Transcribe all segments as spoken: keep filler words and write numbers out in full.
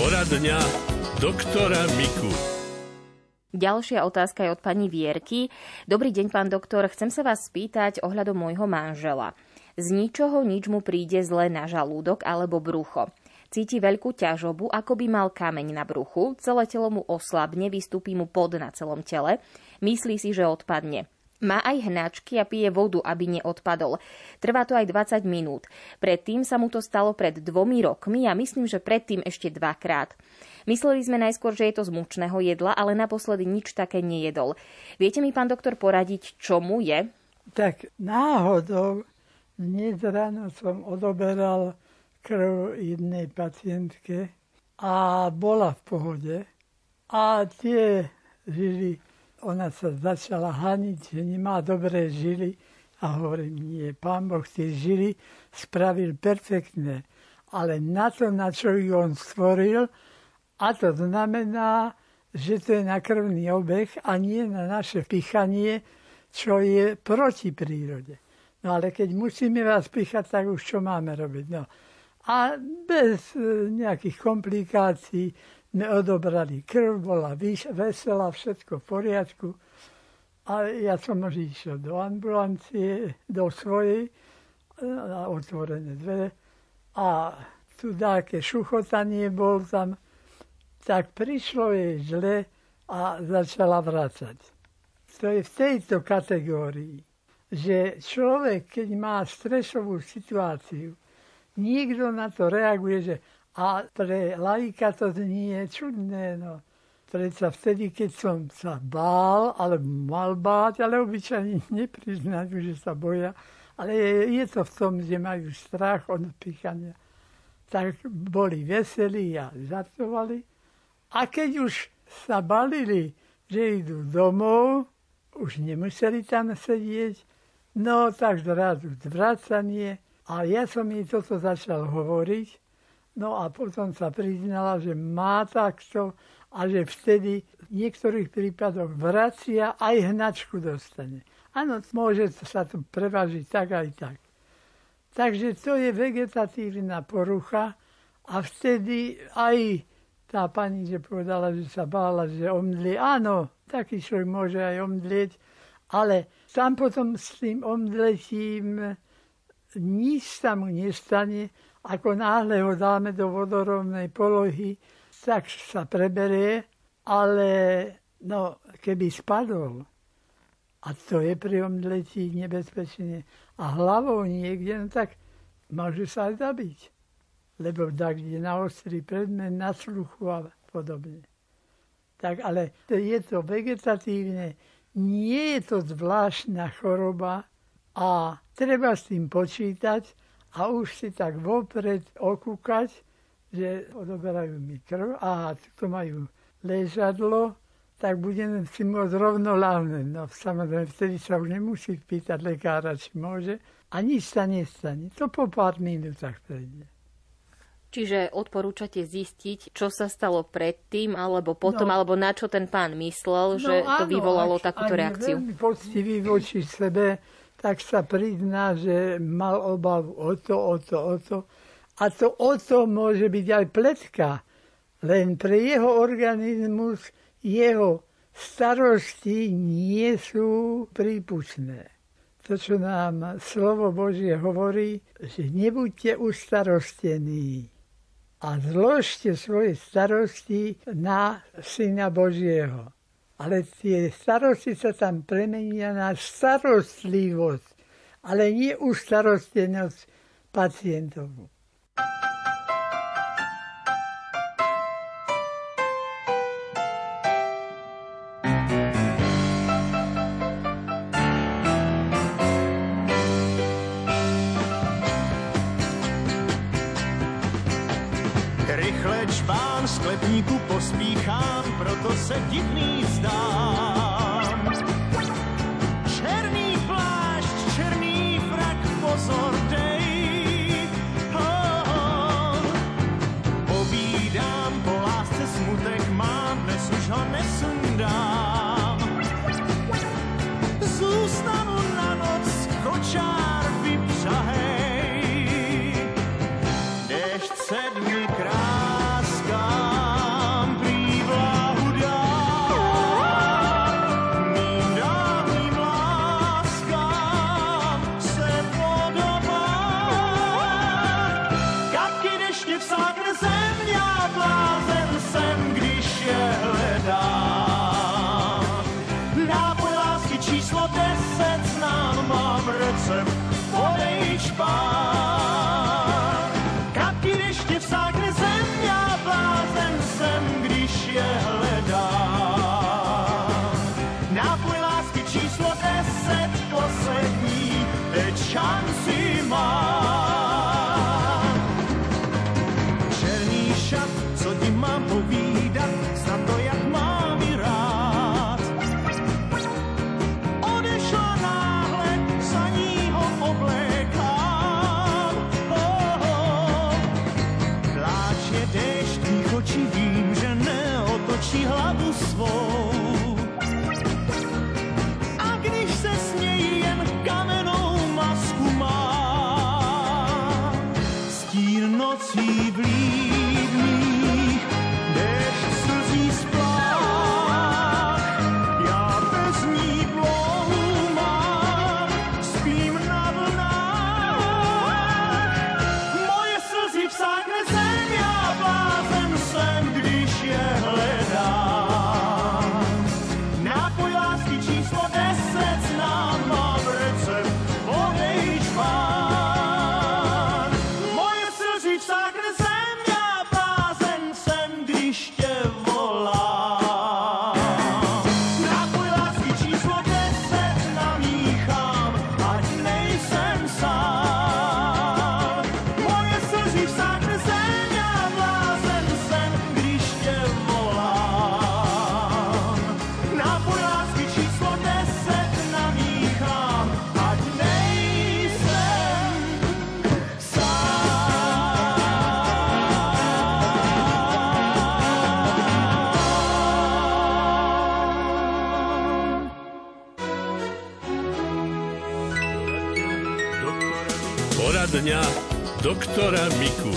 Poradňa doktora Miku. Ďalšia otázka je od pani Vierky. Dobrý deň, pán doktor. Chcem sa vás spýtať ohľadom môjho manžela. Z ničoho nič mu príde zle na žalúdok alebo brucho. Cíti veľkú ťažobu, ako by mal kameň na bruchu. Celé telo mu oslabne, vystúpi mu pod na celom tele. Myslí si, že odpadne. Má aj hnačky a pije vodu, aby neodpadol. Trvá to aj dvadsať minút. Predtým sa mu to stalo pred dvomi rokmi a myslím, že predtým ešte dvakrát. Mysleli sme najskôr, že je to z mučného jedla, ale naposledy nič také nejedol. Viete mi, pán doktor, poradiť, čo mu je? Tak náhodou dnes ráno som odoberal krv jednej pacientke a bola v pohode. A tie žili, ona sa začala haniť, že nemá dobré žily. A hovorím, nie, pán Boh tie žily spravil perfektné. Ale na to, na čo ich on stvoril, a to znamená, že to je na krvný obeh a nie na naše pichanie, čo je proti prírode. No ale keď musíme vás pichať, tak už čo máme robiť? No. A bez nejakých komplikácií sme odobrali krv, bola veselá, všetko v poriadku. A ja som už išiel do ambulancie, do svojej, na otvorené dvere. A tu dáke šuchotanie bol tam, tak prišlo jej zle a začala vracať. To je v tejto kategórii, že človek, keď má stresovú situáciu, niekto na to reaguje, že a pre laika to nie je čudné. No. Predsa vtedy, keď som sa bál, alebo mal báť, ale obyčajne nepriznajú, že sa boja, ale je, je to v tom, že majú strach od pichania. Tak boli veselí a žartovali. A keď už sa balili, že idú domov, už nemuseli tam sedieť, no tak zrazu zvracanie. A ja som jej toto začal hovoriť, no a potom sa priznala, že má takto a že vtedy v niektorých prípadoch vracia aj hnačku dostane. Áno, môže sa to prevažiť tak aj tak. Takže to je vegetatívna porucha a vtedy aj tá pani, že povedala, že sa bála, že omdlie. Áno, taký človek môže aj omdlieť, ale tam potom s tým omdletím nič sa mu nestane. Ako náhle ho dáme do vodorovnej polohy, tak sa preberie, ale no, keby spadol, a to je pri omdletí nebezpečne, a hlavou niekde, no tak môže sa aj zabiť. Lebo tak je na ostrý predmet, na sluchu a podobne. Tak ale je to vegetatívne, nie je to zvláštna choroba a treba s tým počítať a už si tak vopred okúkať, že odoberajú mi krv a tu majú ležadlo, tak budem si môcť rovno ľahnúť. No samozrejme, vtedy sa už nemusí pýtať lekára, či môže a nič sa nestane. To po pár minútach prejde. Čiže odporúčate zistiť, čo sa stalo predtým, alebo potom, no, alebo na čo ten pán myslel, no, že to áno, vyvolalo ak, takúto ak reakciu. Ak je veľmi poctivý voči sebe, tak sa prizná, že mal obavu o to, o to, o to. A to o to môže byť aj pletka. Len pre jeho organizmus, jeho starosti nie sú prípustné. To, čo nám slovo Božie hovorí, že nebuďte ustarostení a zložte svoje starosti na Syna Božieho. Ale tie starosti sa tam premenia na starostlivosť, ale nie ustarostenosť pacientov. Sklepníku pospíchám, proto se divný zdám. Černý plášť, černý frak, pozor dej. Oh, oh. Povídám, po lásce smutek mám, dnes už ho nesundám. Zůstanu na noc, kočár vypřahej. Déšť sedmi kráska. svou. A když se smějí, jen kamennou masku má. Stín nocí vlídných, déšť slzí splách. Já bez ní dlouhou mám, spím na vlnách. Moje slzy vsákne zem, já blázen jsem, když je hledám. Nápoj lásky číslo deset znám, mám recept, odejď pán. Moje slzy vsákne zem, já blázen jsem, když tě volám. Nápoj lásky číslo deset namíchám, ať nejsem sám. Moje slzy vsákne zem, já blázen jsem, když tě volám. Nápoj lásky číslo deset namíchám, ať nejsem sám. Poradňa doktora Miku.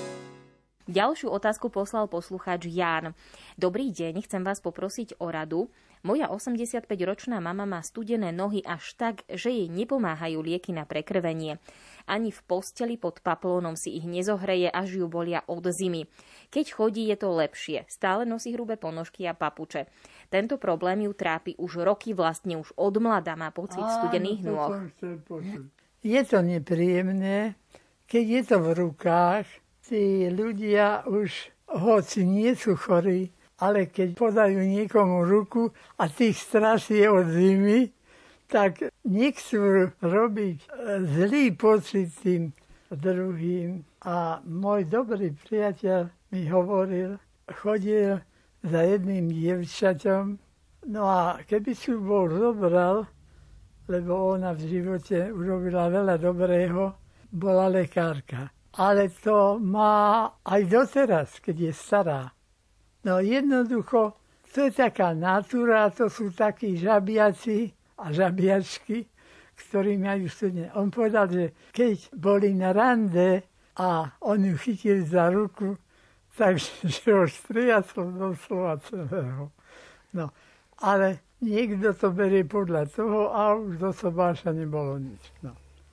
Ďalšiu otázku poslal poslucháč Ján. Dobrý deň, chcem vás poprosiť o radu. Moja osemdesiatpäťročná mama má studené nohy až tak, že jej nepomáhajú lieky na prekrvenie. Ani v posteli pod paplónom si ich nezohreje, až ju bolia od zimy. Keď chodí, je to lepšie. Stále nosí hrubé ponožky a papuče. Tento problém ju trápi už roky, vlastne už od mlada má pocit studených Áno, to nôh. som chcel počuť. Je to nepríjemné, keď je to v rukách, tí ľudia už, hoci nie sú chorí, ale keď podajú niekomu ruku a tých straší od zimy, tak nechcú robiť e, zlý pocit tým druhým. A môj dobrý priateľ mi hovoril, chodil za jedným dievčaťom, no a keby si ju bol zobral, lebo ona v živote urobila veľa dobrého, bola lekárka. Ale to má aj doteraz, keď je stará. No jednoducho, to je taká natúra, to sú takí žabiaci a žabiačky, ktorí majú studne. On povedal, že keď boli na rande a on ju chytil za ruku, takže ho striasol doslova celého. No, ale niekto to berie podľa toho a už do sobáša nebolo nič. No.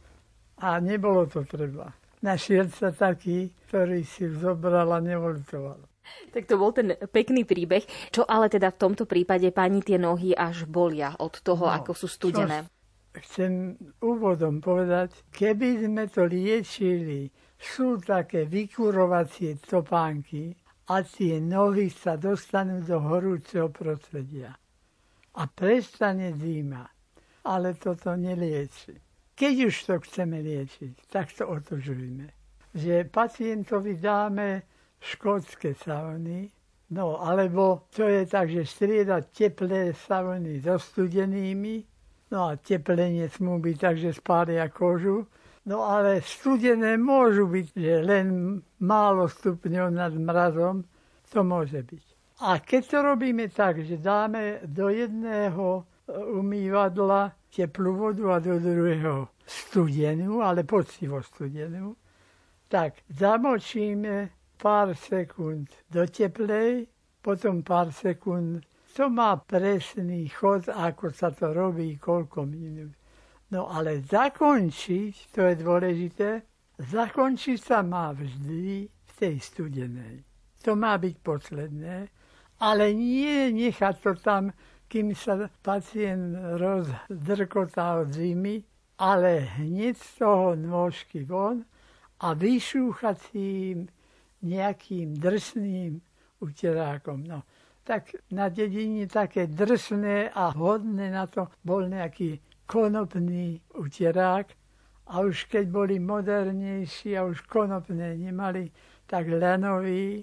A nebolo to treba. Našiel sa taký, ktorý si zobral a nevolitoval. Tak to bol ten pekný príbeh. Čo ale teda v tomto prípade pani tie nohy až bolia od toho, No, ako sú studené? Chcem úvodom povedať, keby sme to liečili, sú také vykurovacie topánky a tie nohy sa dostanú do horúceho prostredia. A prestane zima. Ale toto nelieči. Keď už to chceme liečiť, tak to otužujme. Že pacientovi dáme škótske sauny, no alebo to je tak, že striedať teplé sauny so studenými, no a teplé nesmú byť, takže spália kožu. No ale studené môžu byť, že len málo stupňov nad mrazom, to môže byť. A keď to robíme tak, že dáme do jedného umývadla teplú vodu a do druhého studenú, ale poctivo studenú, tak zamočíme pár sekúnd do teplej, potom pár sekúnd. To má presný chod, ako sa to robí, koľko minút. No ale zakončiť, to je dôležité, zakončiť sa má vždy v tej studenej. To má byť posledné, ale nie nechať to tam, kým sa pacient rozdrkotá od zimy, ale hneď z toho nôžky von a vyšúchať tým nejakým drsným uterákom. No, tak na dedine také drsné a hodné na to bol nejaký konopný uterák a už keď boli modernejší a už konopné nemali, tak ľanový.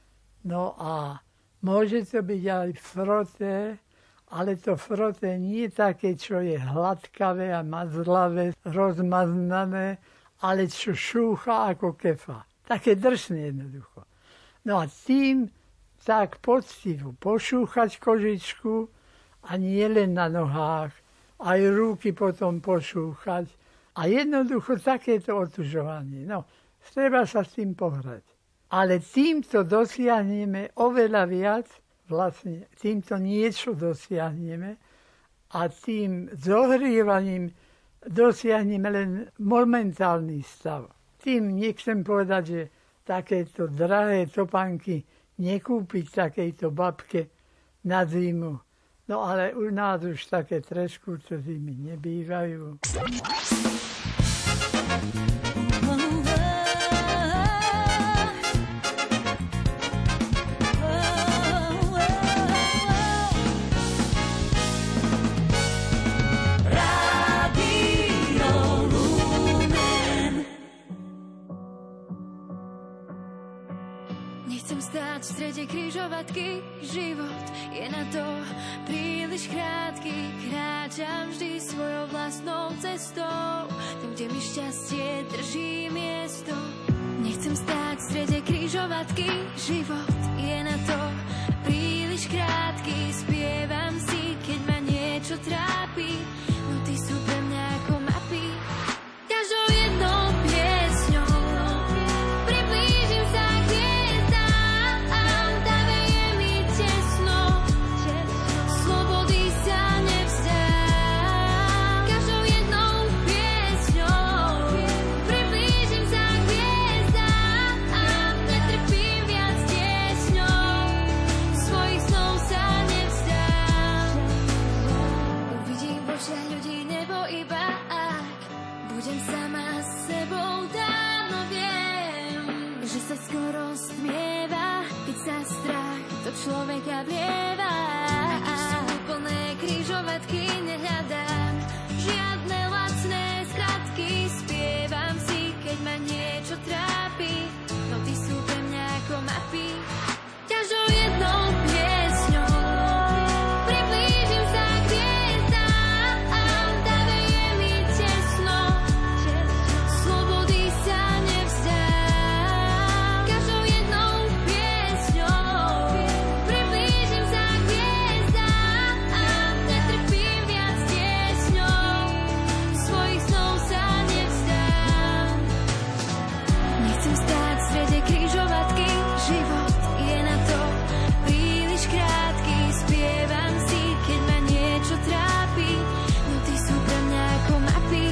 No a môže to byť aj froté, ale to froté nie je také, čo je hladkavé a mazlavé, rozmaznané, ale čo šúcha ako kefa. Také drsné jednoducho. No a tým tak poctivo pošúchať kožičku a nie len na nohách, aj ruky potom pošúchať. A jednoducho takéto otužovanie. No, treba sa s tým pohrať. Ale týmto dosiahneme oveľa viac, vlastne týmto niečo dosiahneme a tým zohrievaním dosiahneme len momentálny stav. Tým nechcem povedať, že takéto drahé topánky nekúpiť takejto babke na zimu. No ale u nás už také treskúce zimy nebývajú. V strede križovatky život je na to príliš krátky. Kráčam vždy svojou vlastnou cestou, tam, kde mi šťastie drží miesto. Nechcem stáť v strede križovatky, život je na to príliš krátky. Spievam si, keď ma niečo trápi, no ty sú pre mňa ako mapy. Každou jednou piesňou priblížim sa k hviezdám, tam je mi tesno, slobody sa nevzdám. Každou jednou piesňou priblížim sa k hviezdám, netrpím viac tiesňou, svojich snov sa nevzdám. Uvidím v očiach ľudí nebo iba ak budem sama s sebou, dávno viem, že sa skoro stmieva, keď sa strach do človeka vlieva. A keď sú plné križovatky, nehľadám žiadne lacné skratky. Spievam si, keď ma niečo trápi, no ty sú pre mňa ako mapy. Každou jednou piesňou priblížim sa k hviezdám, tam je mi tesno, slobody sa nevzdám. Každou jednou piesňou priblížim sa k hviezdám, netrpím viac tiesňou, svojich snov sa nevzdám. Nechcem stáť v strede križovatky, život je na to príliš krátky. Spievam si, keď ma niečo trápi, no ty sú pre mňa ako mapy.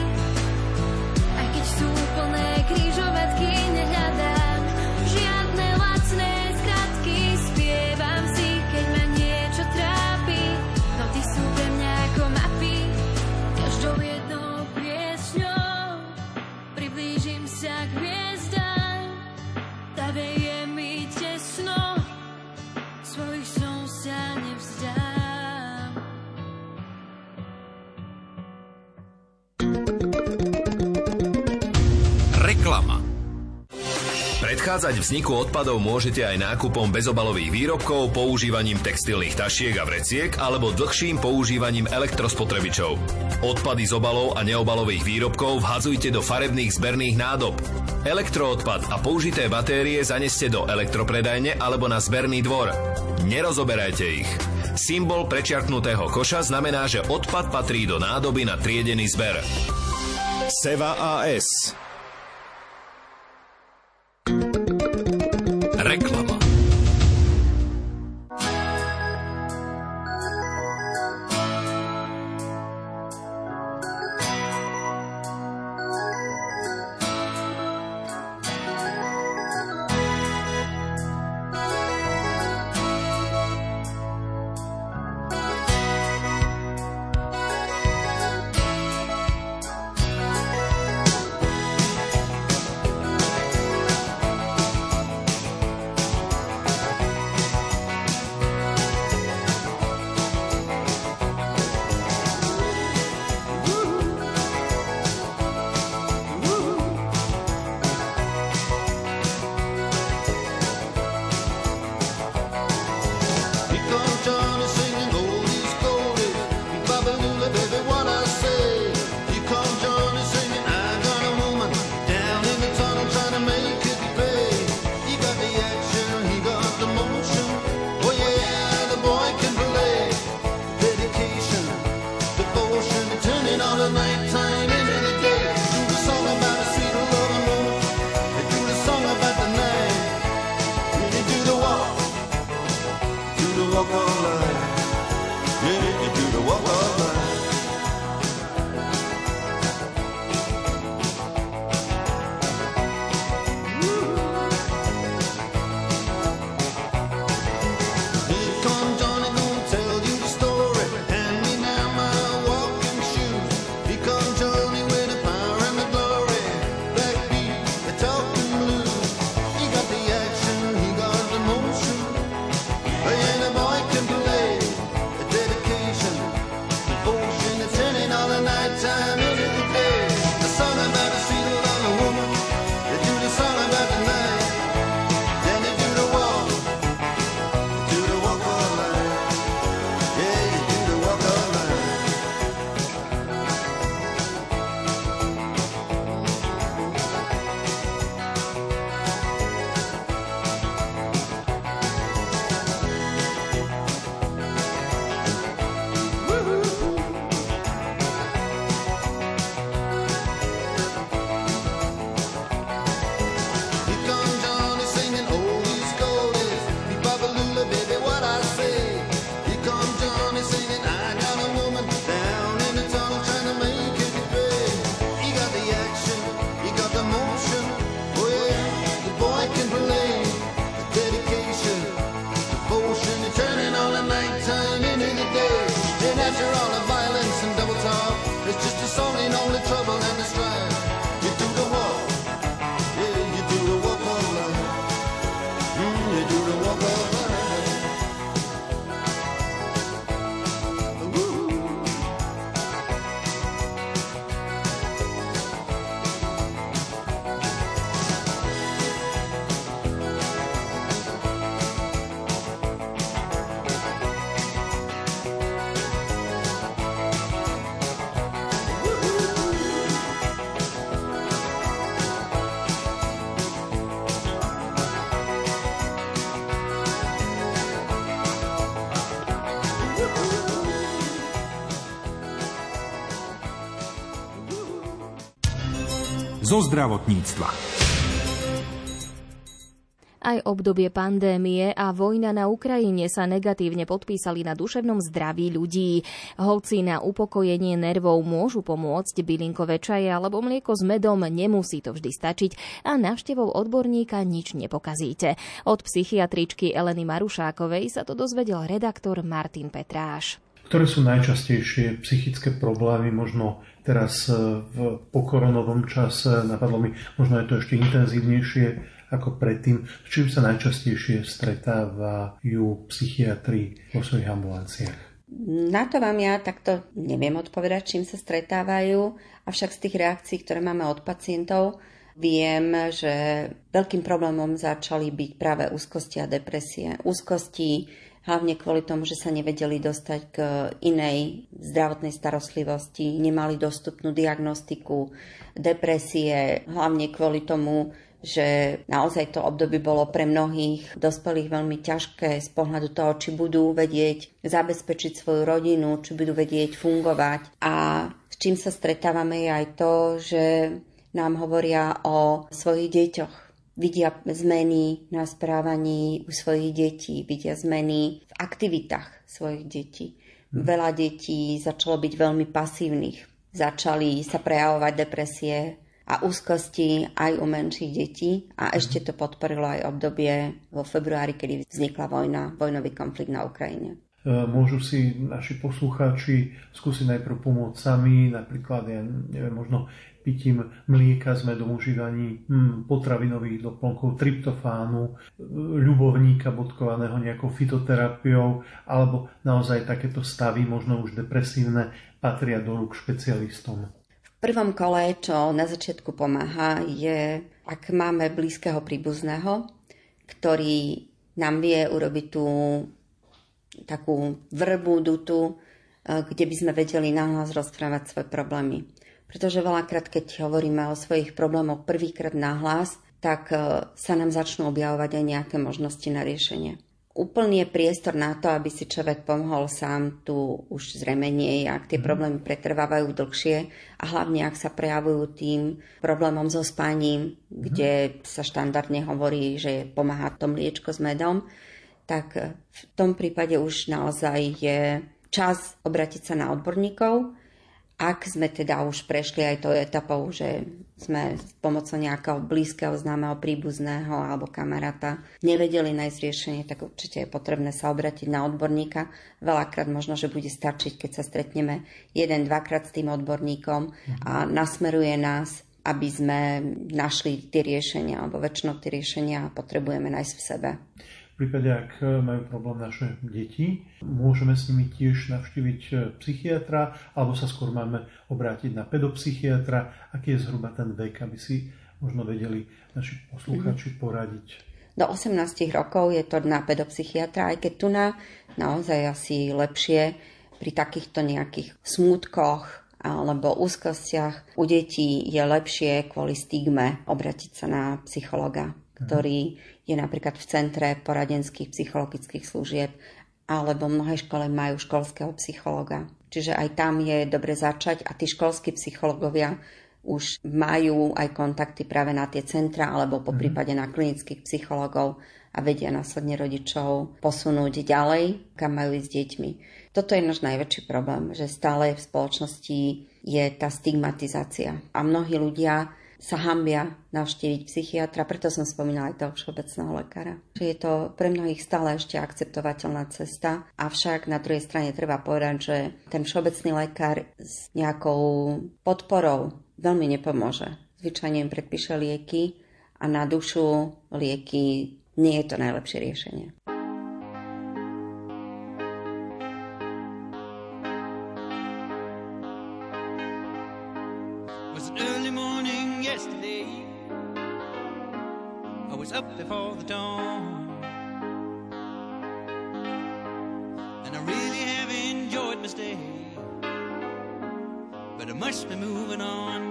A keď sú plné križovatky, nehľadám žiadne lacné skratky. Spievam si, keď ma niečo trápi, no ty sú pre mňa ako mapy. Každou jednou piesňou priblížim sa k hviezdám, tam je mi tesno, svojich snov sa nevzdám. Reklama. Predchádzať vzniku odpadov môžete aj nákupom bezobalových výrobkov, používaním textilných tašiek a vreciek alebo dlhším používaním elektrospotrebičov. Odpady z obalov a neobalových výrobkov vhadzujte do farebných zberných nádob. Elektroodpad a použité batérie zaneste do elektropredajne alebo na zberný dvor. Nerozoberajte ich. Symbol prečiarknutého koša znamená, že odpad patrí do nádoby na triedený zber. Seva á es. Reklama. zo zdravotníctva. Aj obdobie pandémie a vojna na Ukrajine sa negatívne podpísali na duševnom zdraví ľudí. Hoci na upokojenie nervov môžu pomôcť bylinkové čaje alebo mlieko s medom, nemusí to vždy stačiť a návštevou odborníka nič nepokazíte. Od psychiatričky Eleny Marušákovej sa to dozvedel redaktor Martin Petráš. Ktoré sú najčastejšie psychické problémy, možno teraz v pokoronovom čase, napadlo mi, možno je to ešte intenzívnejšie ako predtým, s čím sa najčastejšie stretávajú psychiatri vo svojich ambulanciách? Na to vám ja takto neviem odpovedať, čím sa stretávajú, avšak z tých reakcií, ktoré máme od pacientov, viem, že veľkým problémom začali byť práve úzkosti a depresie. Úzkosti hlavne kvôli tomu, že sa nevedeli dostať k inej zdravotnej starostlivosti, nemali dostupnú diagnostiku depresie, hlavne kvôli tomu, že naozaj to obdobie bolo pre mnohých dospelých veľmi ťažké z pohľadu toho, či budú vedieť zabezpečiť svoju rodinu, či budú vedieť fungovať. A s čím sa stretávame je aj to, že nám hovoria o svojich deťoch. Vidia zmeny na správaní u svojich detí, vidia zmeny v aktivitách svojich detí. Veľa detí začalo byť veľmi pasívnych. Začali sa prejavovať depresie a úzkosti aj u menších detí a ešte to podporilo aj obdobie vo februári, kedy vznikla vojna, vojnový konflikt na Ukrajine. Môžu si naši poslucháči skúsiť najprv pomôcť sami, napríklad, ja neviem, možno pitím mlieka s medom, užívaní hm, potravinových doplnkov, tryptofánu, ľubovníka bodkovaného nejakou fitoterapiou, alebo naozaj takéto stavy, možno už depresívne, patria do rúk špecialistom. V prvom kole, čo na začiatku pomáha, je, ak máme blízkeho príbuzného, ktorý nám vie urobiť tú takú vrbu, dutu, kde by sme vedeli nahlas rozprávať svoje problémy. Pretože veľakrát, keď hovoríme o svojich problémoch prvýkrát nahlas, tak sa nám začnú objavovať aj nejaké možnosti na riešenie. Úplný je priestor na to, aby si človek pomohol sám, tu už zrejme nie je, ak tie problémy pretrvávajú dlhšie a hlavne ak sa prejavujú tým problémom so spaním, kde sa štandardne hovorí, že pomáha to mliečko s medom, tak v tom prípade už naozaj je čas obrátiť sa na odborníkov. Ak sme teda už prešli aj tou etapou, že sme s pomocou nejakého blízkeho, známeho, príbuzného alebo kamaráta nevedeli nájsť riešenie, tak určite je potrebné sa obrátiť na odborníka. Veľakrát možno, že bude stačiť, keď sa stretneme jeden, dvakrát s tým odborníkom a nasmeruje nás, aby sme našli tie riešenia, alebo väčšinou tie riešenia potrebujeme nájsť v sebe. V prípade, ak majú problém naše deti, môžeme s nimi tiež navštíviť psychiatra, alebo sa skôr máme obrátiť na pedopsychiatra. Aký je zhruba ten vek, aby si možno vedeli naši poslucháči poradiť? Do osemnásť rokov je to na pedopsychiatra, aj keď tu na naozaj asi lepšie pri takýchto nejakých smútkoch alebo úzkostiach u detí je lepšie kvôli stigme obrátiť sa na psychologa, ktorý je napríklad v centre poradenských psychologických služieb, alebo mnohé školy majú školského psychologa. Čiže aj tam je dobre začať a tí školskí psychológovia už majú aj kontakty práve na tie centra alebo po prípade na klinických psychológov a vedia následne rodičov posunúť ďalej, kam majú ísť s deťmi. Toto je náš najväčší problém, že stále v spoločnosti je tá stigmatizácia a mnohí ľudia sa hanbia navštíviť psychiatra, preto som spomínala aj toho všeobecného lekára. Že je to pre mnohých stále ešte akceptovateľná cesta, avšak na druhej strane treba povedať, že ten všeobecný lekár s nejakou podporou veľmi nepomôže. Zvyčajne im predpíše lieky a na dušu lieky nie je to najlepšie riešenie. Up before the dawn, and I really have enjoyed my stay, but I must be moving on.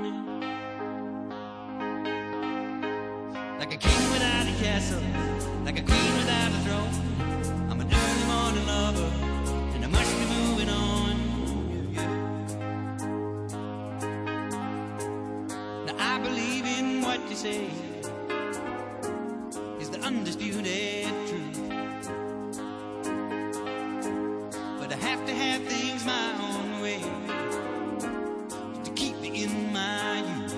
Like a king without a castle, like a queen without a throne, I'm an early morning lover, and I must be moving on. Yeah, yeah. Now I believe in say is the undisputed truth. But I have to have things my own way to keep me in my youth.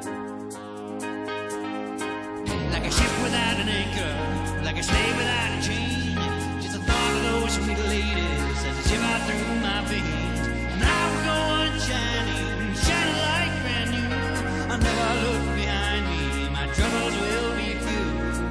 Like a ship without an anchor, like a slave without a chain, just the thought of those sweet ladies as they shiver through my veins. And I will go on shining, shining like brand new. I'll never look behind me, my troubles will be few.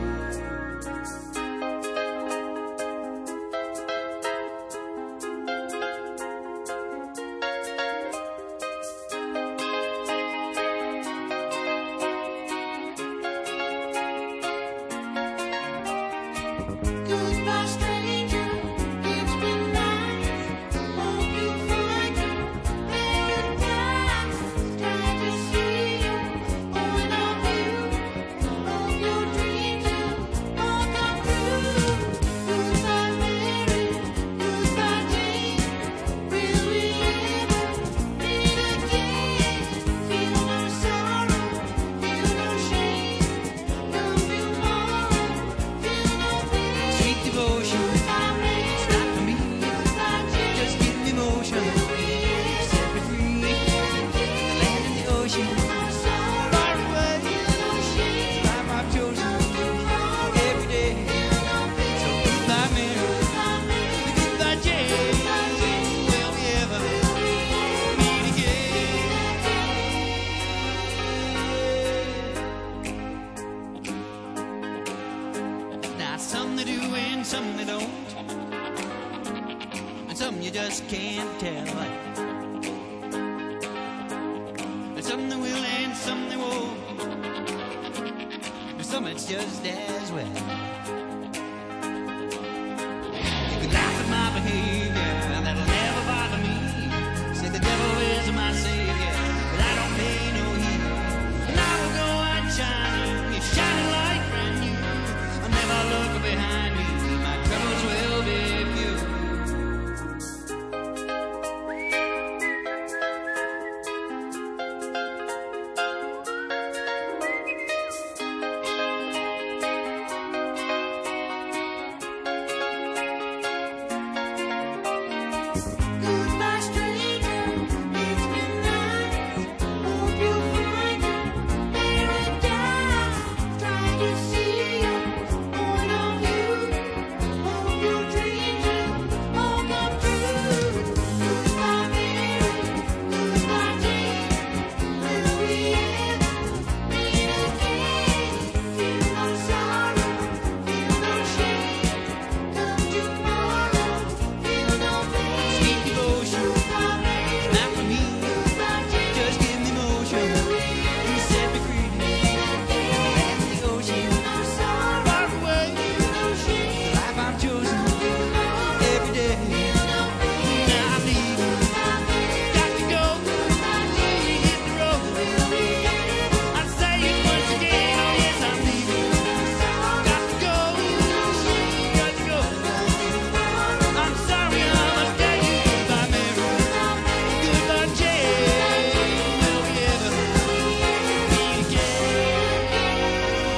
Goodbye, stranger. It's been nice. Hope you find your paradise. Try to see you, point of view. Hope your dreams will all come true. Goodbye, Mary. Goodbye, Jane. Will we ever meet again? Feel no sorrow, feel no shame. Come tomorrow, feel no pain. Sweet devotion, Goodbye, Mary. it's not for me. Goodbye, Jane. Just give me motion, set me free. The land and the ocean, far away. It's life I've chosen every day. So goodbye, Mary. Goodbye, Jane. Will we ever meet again? Now some they do and some they don't, and some you just can't tell. And some they will and some they won't, and some it's just as well. You can laugh at my behavior, that'll never bother me. Say the devil is my savior, but I don't pay no heed. And I will go on shining, it's shining like brand new. I'll never look behind me, my troubles will be few. Goodbye, stranger. It's been nice. Hope you find your paradise. Try to see your point of view. Hope your dreams will all come true. Goodbye, Mary. Goodbye, Jane. Will we ever meet again? Feel no sorrow, feel no shame. Come tomorrow, feel no pain. Sweet devotion, Goodbye, Mary. not for me. Goodbye, Jane. Just give me motion, you set me free. Land and the ocean, far away. The life I've chosen every day. Now I'm leaving, got to go. Hit the road. I'll say it once again. Oh yes, I'm leaving. Got to go, got to go. I'm sorry, I must tell you goodbye, Mary. Goodbye, Jane. Will we ever meet again?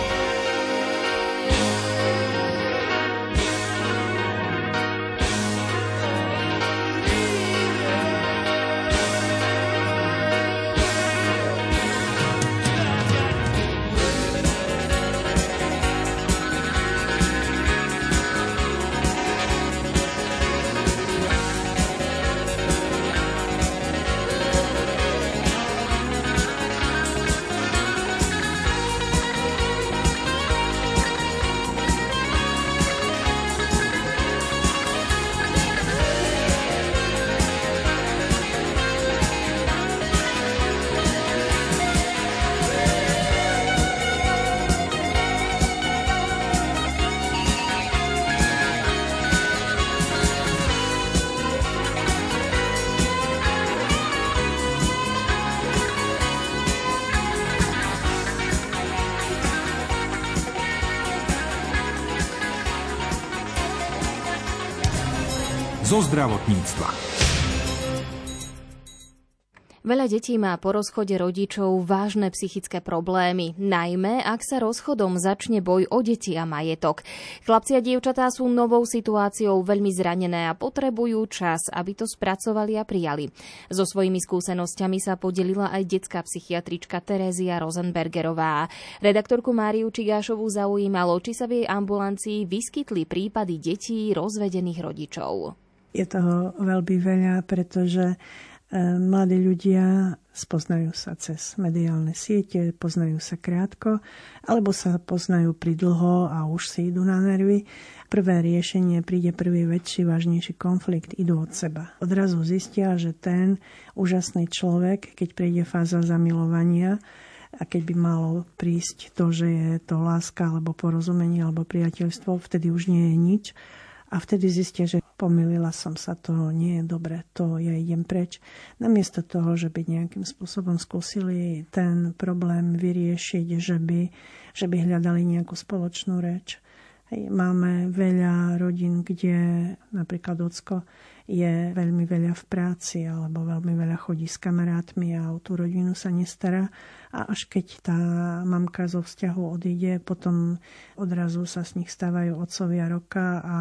zo zdravotníctva. Veľa detí má po rozchode rodičov vážne psychické problémy, najmä ak sa rozchodom začne boj o deti a majetok. Chlapci a dievčatá sú novou situáciou veľmi zranené a potrebujú čas, aby to spracovali a prijali. So svojimi skúsenosťami sa podelila aj detská psychiatrička Terézia Rosenbergerová. Redaktorku Máriu Čigášovú zaujímalo, či sa v jej ambulancii vyskytli prípady detí rozvedených rodičov. Je toho veľmi veľa, pretože mladí ľudia spoznajú sa cez mediálne siete, poznajú sa krátko, alebo sa poznajú pridlho a už si idú na nervy. Prvé riešenie, príde prvý väčší, vážnejší konflikt, idú od seba. Odrazu zistia, že ten úžasný človek, keď príde fáza zamilovania, a keď by malo prísť to, že je to láska, alebo porozumenie, alebo priateľstvo, vtedy už nie je nič. A vtedy zistia, že pomýlila som sa, to nie je dobre, to ja idem preč. Namiesto toho, že by nejakým spôsobom skúsili ten problém vyriešiť, že by, že by hľadali nejakú spoločnú reč. Hej, máme veľa rodín, kde napríklad ocko je veľmi veľa v práci alebo veľmi veľa chodí s kamarátmi a o tú rodinu sa nestará. A až keď tá mamka zo vzťahu odíde, potom odrazu sa z nich stávajú otcovia roka a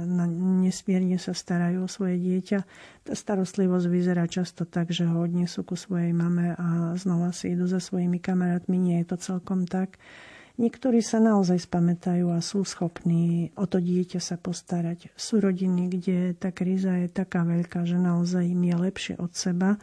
nesmierne sa starajú o svoje dieťa. Tá starostlivosť vyzerá často tak, že ho odnesú ku svojej mame a znova si idú za svojimi kamarátmi. Nie je to celkom tak. Niektorí sa naozaj spamätajú a sú schopní o to dieťa sa postarať. Sú rodiny, kde tá kríza je taká veľká, že naozaj im je lepšie od seba,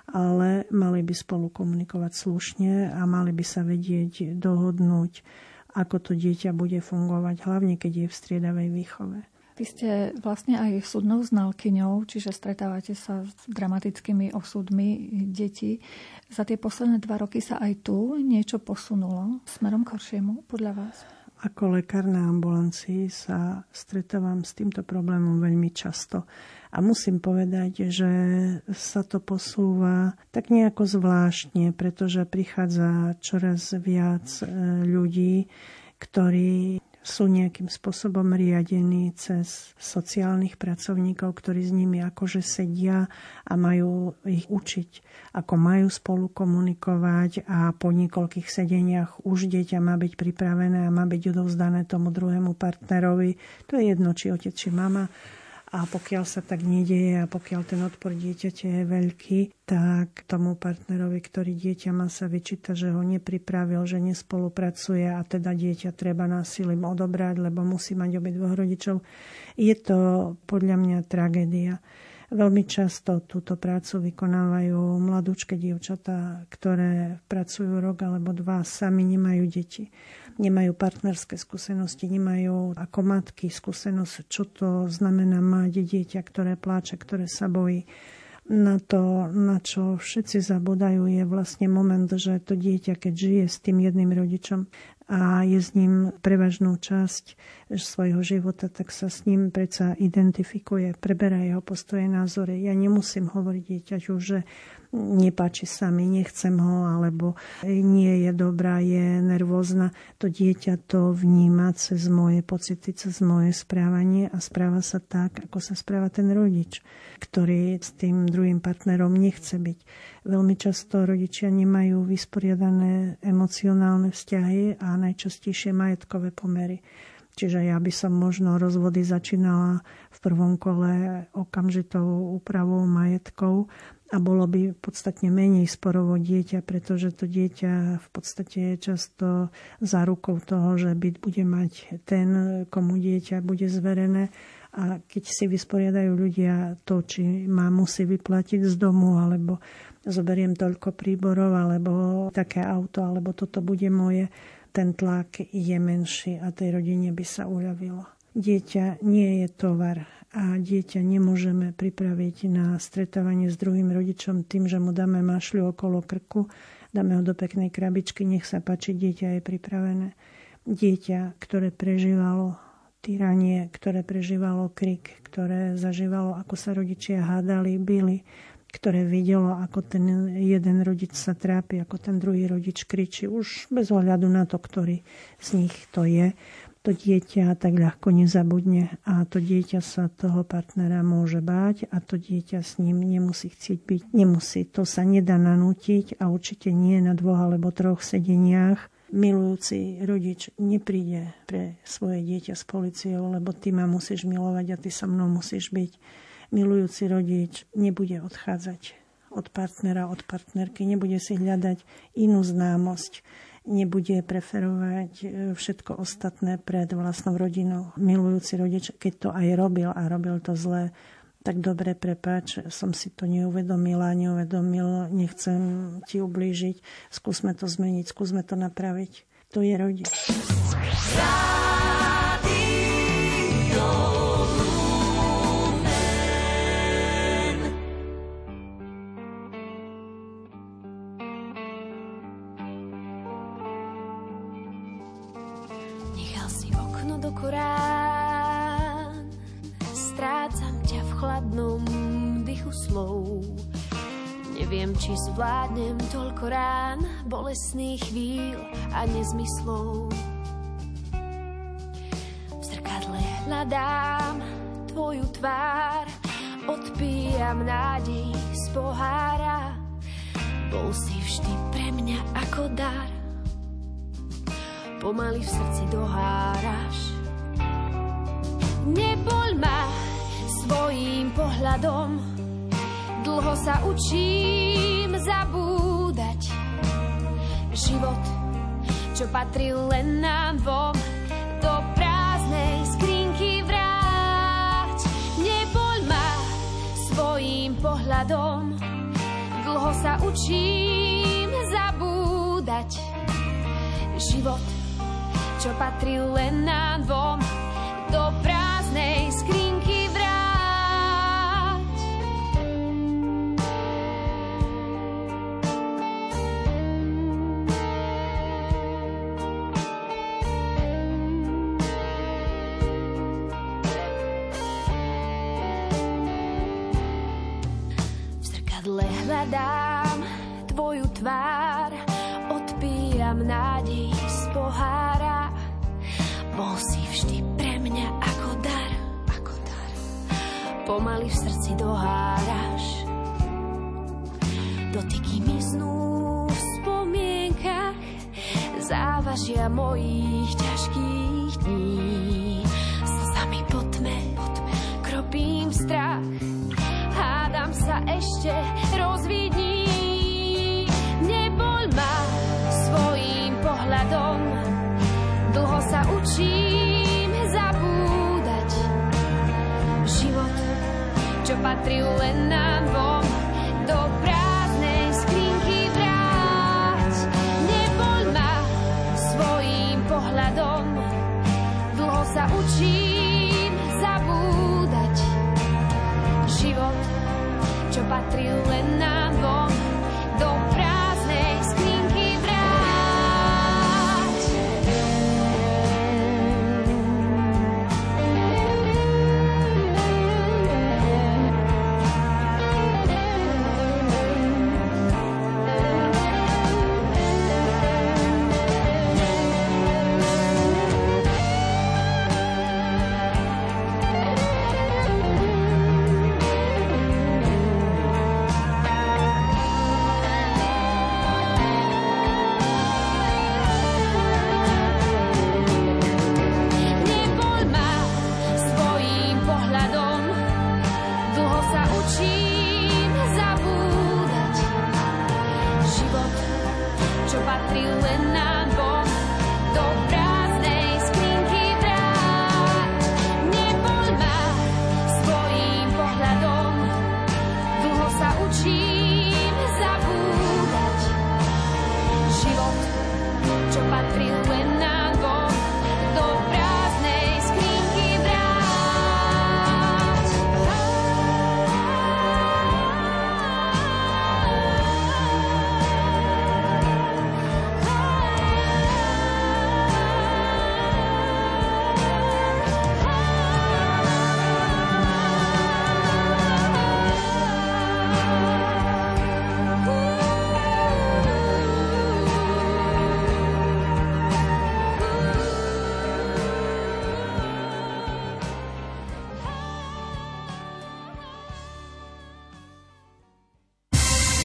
ale mali by spolu komunikovať slušne a mali by sa vedieť dohodnúť, ako to dieťa bude fungovať, hlavne keď je v striedavej výchove. Vy ste vlastne aj súdnou znalkyňou, čiže stretávate sa s dramatickými osudmi detí. Za tie posledné dva roky sa aj tu niečo posunulo smerom k horšiemu, podľa vás? Ako lekár na ambulancii sa stretávam s týmto problémom veľmi často. A musím povedať, že sa to posúva tak nejako zvláštne, pretože prichádza čoraz viac ľudí, ktorí sú nejakým spôsobom riadení cez sociálnych pracovníkov, ktorí s nimi akože sedia a majú ich učiť, ako majú spolu komunikovať a po niekoľkých sedeniach už dieťa má byť pripravené a má byť odovzdané tomu druhému partnerovi. To je jedno, či otec, či mama. A pokiaľ sa tak nedieje a pokiaľ ten odpor dieťaťa je veľký, tak tomu partnerovi, ktorý dieťa má, sa vyčíta, že ho nepripravil, že nespolupracuje a teda dieťa treba násilím odobrať, lebo musí mať obidvoch rodičov. Je to podľa mňa tragédia. Veľmi často túto prácu vykonávajú mladúčke dievčatá, ktoré pracujú rok alebo dva, sami nemajú deti. Nemajú partnerské skúsenosti, nemajú ako matky skúsenosť, čo to znamená mať dieťa, ktoré pláče, ktoré sa bojí. Na to, na čo všetci zabudajú, je vlastne moment, že to dieťa, keď žije s tým jedným rodičom a je s ním prevažnú časť svojho života, tak sa s ním predsa identifikuje, preberá jeho postoje, názory. Ja nemusím hovoriť dieťaťu, že nepáči sa mi, nechcem ho, alebo nie je dobrá, je nervózna. To dieťa to vníma cez moje pocity, cez moje správanie a správa sa tak, ako sa správa ten rodič, ktorý s tým druhým partnerom nechce byť. Veľmi často rodičia nemajú vysporiadané emocionálne vzťahy a najčastejšie majetkové pomery. Čiže ja by som možno rozvody začínala v prvom kole okamžitou úpravou majetkov a bolo by podstatne menej sporovo dieťa, pretože to dieťa v podstate je často zárukou toho, že byt bude mať ten, komu dieťa bude zverené. A keď si vysporiadajú ľudia to, či má musí vyplatiť z domu, alebo zoberiem toľko príborov, alebo také auto, alebo toto bude moje, ten tlak je menší a tej rodine by sa uľavilo. Dieťa nie je tovar a dieťa nemôžeme pripraviť na stretávanie s druhým rodičom tým, že mu dáme mašľu okolo krku, dáme ho do peknej krabičky, nech sa páči, dieťa je pripravené. Dieťa, ktoré prežívalo tyranie, ktoré prežívalo krik, ktoré zažívalo, ako sa rodičia hádali, bili, ktoré videlo, ako ten jeden rodič sa trápi, ako ten druhý rodič kričí, už bez ohľadu na to, ktorý z nich to je. to dieťa tak ľahko nezabudne a to dieťa sa toho partnera môže báť a to dieťa s ním nemusí chcieť byť. Nemusí, to sa nedá nanútiť a určite nie na dvoch alebo troch sedeniach. Milujúci rodič nepríde pre svoje dieťa s políciou, lebo ty ma musíš milovať a ty so mnou musíš byť. Milujúci rodič nebude odchádzať od partnera, od partnerky, nebude si hľadať inú známosť, nebude preferovať všetko ostatné pred vlastnou rodinou. Milujúci rodič, keď to aj robil a robil to zle, tak dobre, prepáč, som si to neuvedomila, neuvedomil, nechcem ti ublížiť, skúsme to zmeniť, skúsme to napraviť. To je rodič. Do Korán, strácam ťa v chladnom dychu slov. Neviem, či zvládnem toľko rán, bolestných chvíľ a nezmyslov. V zrkadle hľadám tvoju tvár, odpíjam nádej z pohára. Bol si vždy pre mňa ako dar, pomaly v srdci doháraš. Nepoľ ma svojím pohľadom, dlho sa učím zabúdať. Život, čo patril len nám dvom, do prázdnej skrinky vráť. Nepoľ ma svojím pohľadom, dlho sa učím zabúdať. Život, čo patril len nám dvom, do prázdnej skrinky vráť. V zrkadle hľadám tvoju tvár, odpíjam nádej z pohára. Bol si vždy pre mňa ako dar, ako dar. Pomaly v srdci doháraš. Dotyky miznú v spomienkach, závažia mojich ťažkých dní. Slzami po tme, kropím strach, hádam sa ešte rozvidní. Nepoľ ma svojím pohľadom, dlho sa učím zabúdať. Život, čo patril len nám